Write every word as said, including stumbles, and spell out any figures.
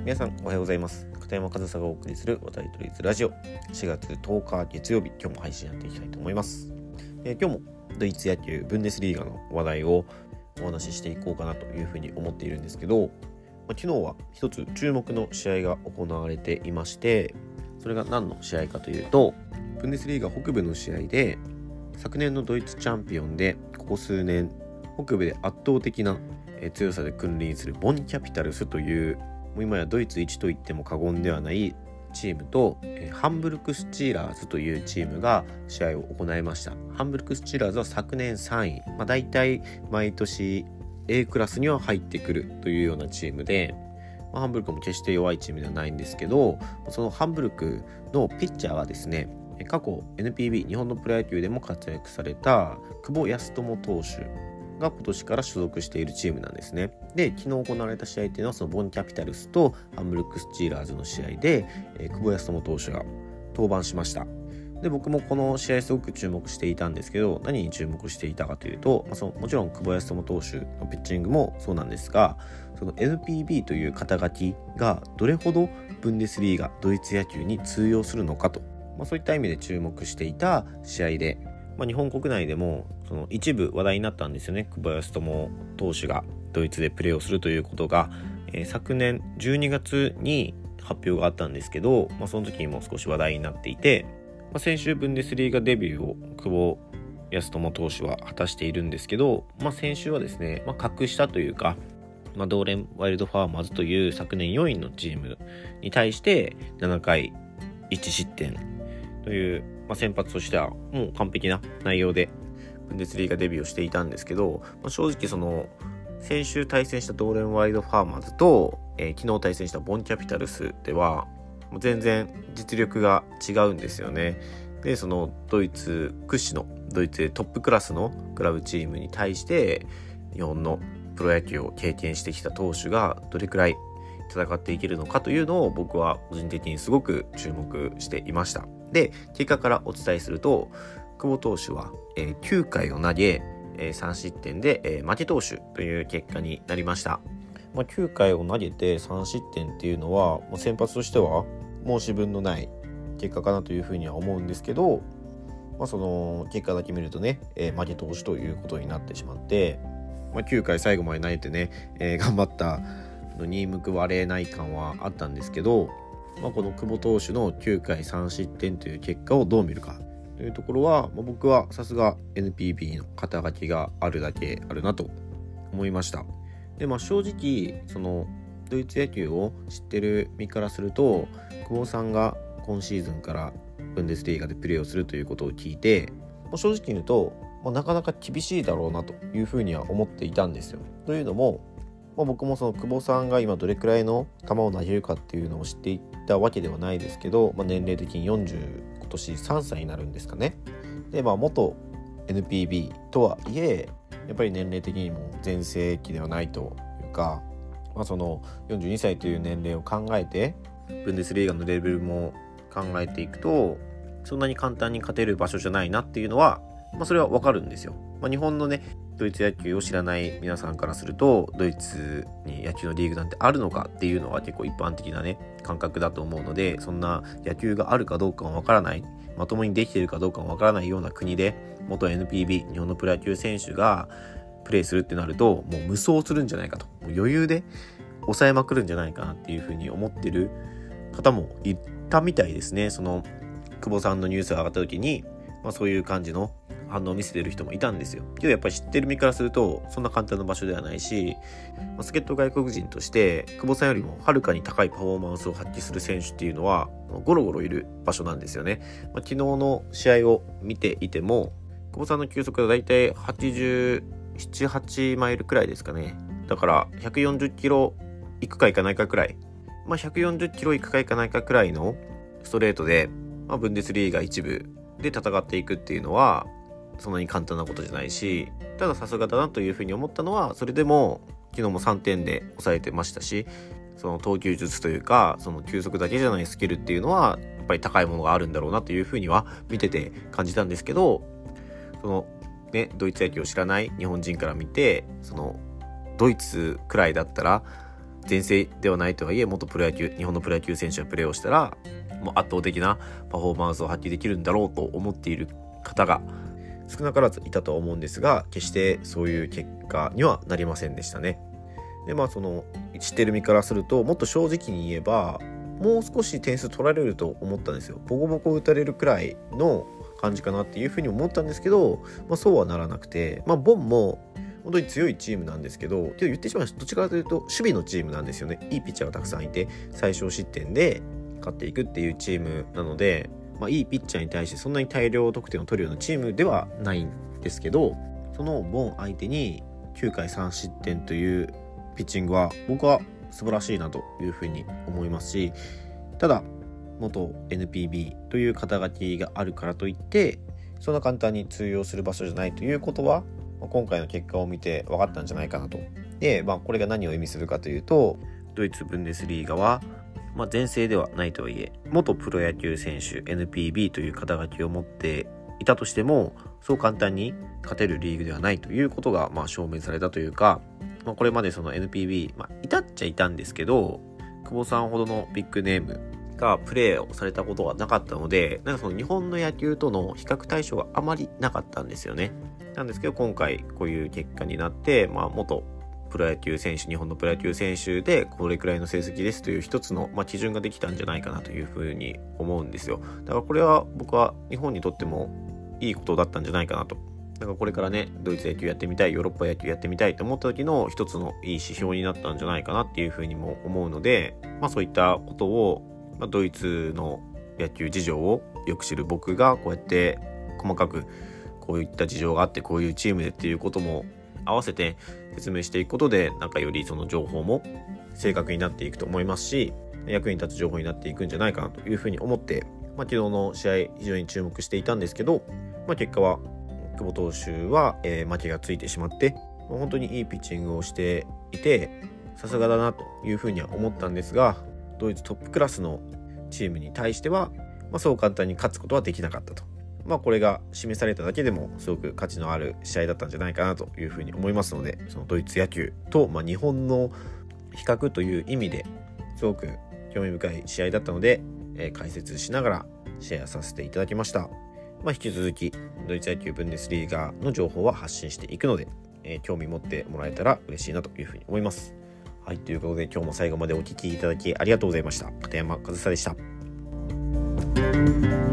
皆さんおはようございます。片山和沙がお送りする渡り鳥ズラジオ、しがつとおか月曜日、今日も配信やっていきたいと思います。えー、今日もドイツ野球ブンデスリーガの話題をお話ししていこうかなというふうに思っているんですけど、まあ、昨日は一つ注目の試合が行われていまして、それが何の試合かというと、ブンデスリーガ北部の試合で昨年のドイツチャンピオンでここ数年北部で圧倒的な強さで君臨するボンキャピタルスという、もう今やドイツ一と言っても過言ではないチームとハンブルクスチーラーズというチームが試合を行いました。ハンブルクスチーラーズは昨年さんい、まあ、大体毎年 A クラスには入ってくるというようなチームで、まあ、ハンブルクも決して弱いチームではないんですけど、そのハンブルクのピッチャーはですね、過去 エヌピービー 日本のプロ野球でも活躍された久保康友投手が今年から所属しているチームなんですね。で、昨日行われた試合っていうのはそのボンキャピタルスとハンブルクスチーラーズの試合で、えー、久保康友投手が登板しました。で、僕もこの試合すごく注目していたんですけど、何に注目していたかというと、まあ、そのもちろん久保康友投手のピッチングもそうなんですが、その エヌピービー という肩書きがどれほどブンデスリーガドイツ野球に通用するのかと、まあ、そういった意味で注目していた試合で、まあ、日本国内でもその一部話題になったんですよね。久保康友投手がドイツでプレーをするということが、えー、昨年じゅうにがつに発表があったんですけど、まあ、その時にも少し話題になっていて、まあ、先週ブンデスリーガデビューを久保康友投手は果たしているんですけど、まあ、先週はですね、まあ、格下というか、まあ、ドーレンワイルドファーマーズという昨年よんいのチームに対してななかいいちしってんという、まあ、先発としてはもう完璧な内容でブンデスリーガデビューをしていたんですけど、まあ、正直その先週対戦したドーレンワイルドファーマーズと、えー、昨日対戦したボンキャピタルスではもう全然実力が違うんですよね。で、そのドイツ屈指のドイツでトップクラスのクラブチームに対して日本のプロ野球を経験してきた投手がどれくらい戦っていけるのかというのを僕は個人的にすごく注目していました。で、結果からお伝えすると、久保投手は、えー、きゅうかいを投げ、えー、さんしってんで、えー、負け投手という結果になりました。まあ、きゅうかいを投げてさんしってんっていうのは、まあ、先発としては申し分のない結果かなというふうには思うんですけど、まあ、その結果だけ見るとね、えー、負け投手ということになってしまって、まあ、きゅうかい最後まで投げてね、えー、頑張ったのに報われない感はあったんですけど、まあ、この久保投手のきゅうかいさんしってんという結果をどう見るかというところは、まあ、僕はさすが エヌピービー の肩書きがあるだけあるなと思いました。で、まあ、正直そのドイツ野球を知ってる身からすると、久保さんが今シーズンからブンデスリーガでプレーをするということを聞いて、まあ、正直言うと、まあ、なかなか厳しいだろうなというふうには思っていたんですよ。というのも、まあ、僕もその久保さんが今どれくらいの球を投げるかっていうのを知っていたわけではないですけど、まあ、年齢的によんじゅう、今年さんさいになるんですかね。で、まあ元 エヌピービー とはいえ、やっぱり年齢的にも全盛期ではないというか、まあ、そのよんじゅうにさいという年齢を考えてブンデスリーガのレベルも考えていくと、そんなに簡単に勝てる場所じゃないなっていうのは、まあ、それはわかるんですよ。まあ、日本のねドイツ野球を知らない皆さんからすると、ドイツに野球のリーグなんてあるのかっていうのは結構一般的なね感覚だと思うので、そんな野球があるかどうかもわからない、まともにできているかどうかもわからないような国で元 エヌピービー 日本のプロ野球選手がプレーするってなると、もう無双するんじゃないかと、もう余裕で抑えまくるんじゃないかなっていうふうに思ってる方もいたみたいですね。その久保さんのニュースが上がった時に、まあ、そういう感じの反応を見せてる人もいたんですよ。けどやっぱり知ってる身からするとそんな簡単な場所ではないし、まあ、助っ人外国人として久保さんよりもはるかに高いパフォーマンスを発揮する選手っていうのはゴロゴロいる場所なんですよね。まあ、昨日の試合を見ていても、久保さんの球速はだいたいはちじゅうなな、はちマイルくらいですかね。だからひゃくよんじゅっキロいくかいかないかくらい、まあ、ひゃくよんじゅっキロいくかいかないかくらいのストレートで、まあ、ブンデスリーガ一部で戦っていくっていうのはそんなに簡単なことじゃないし、たださすがだなというふうに思ったのは、それでも昨日もさんてんで抑えてましたし、その投球術というかその球速だけじゃないスキルっていうのはやっぱり高いものがあるんだろうなというふうには見てて感じたんですけど、そのねドイツ野球を知らない日本人から見て、そのドイツくらいだったら全盛ではないとはいえ元プロ野球日本のプロ野球選手がプレーをしたらもう圧倒的なパフォーマンスを発揮できるんだろうと思っている方が少なからずいたとは思うんですが、決してそういう結果にはなりませんでしたね。でまあその知ってる身からするともっと正直に言えばもう少し点数取られると思ったんですよ。ボコボコ打たれるくらいの感じかなっていうふうに思ったんですけど、まあ、そうはならなくて、まあ、ボンも本当に強いチームなんですけど、言ってしまいました。どっちかというと守備のチームなんですよね。いいピッチャーがたくさんいて最小失点で勝っていくっていうチームなので、まあ、いいピッチャーに対してそんなに大量得点を取るようなチームではないんですけど、そのボン相手にきゅうかいさん失点というピッチングは僕は素晴らしいなというふうに思いますし、ただ元 エヌピービー という肩書きがあるからといってそんな簡単に通用する場所じゃないということは今回の結果を見て分かったんじゃないかなと。で、まあ、これが何を意味するかというと、ドイツブンデスリーガは、まあ、全盛ではないとはいえ元プロ野球選手 エヌピービー という肩書きを持っていたとしてもそう簡単に勝てるリーグではないということがまあ証明されたというか、まあ、これまでその エヌピービー、まあ、いたっちゃいたんですけど久保さんほどのビッグネームがプレーをされたことがなかったので、なんかその日本の野球との比較対象があまりなかったんですよね。なんですけど今回こういう結果になって、まあ、元プロ野球選手日本のプロ野球選手でこれくらいの成績ですという一つの、まあ、基準ができたんじゃないかなというふうに思うんですよ。だからこれは僕は日本にとってもいいことだったんじゃないかなと。だからこれからねドイツ野球やってみたいヨーロッパ野球やってみたいと思った時の一つのいい指標になったんじゃないかなっていうふうにも思うので、まあ、そういったことをまあ、ドイツの野球事情をよく知る僕がこうやって細かくこういった事情があってこういうチームでっていうことも合わせて説明していくことでなんかよりその情報も正確になっていくと思いますし役に立つ情報になっていくんじゃないかなというふうに思って、まあ、昨日の試合非常に注目していたんですけど、まあ、結果は久保投手は、えー、負けがついてしまって、まあ、本当にいいピッチングをしていてさすがだなというふうには思ったんですが、ドイツトップクラスのチームに対しては、まあ、そう簡単に勝つことはできなかったと。まあこれが示されただけでもすごく価値のある試合だったんじゃないかなというふうに思いますので、そのドイツ野球と、まあ、日本の比較という意味ですごく興味深い試合だったので、えー、解説しながらシェアさせていただきました。まあ、引き続きドイツ野球ブンデスリーガの情報は発信していくので、えー、興味持ってもらえたら嬉しいなというふうに思います。はい、ということで今日も最後までお聞きいただきありがとうございました。片山和沙でした。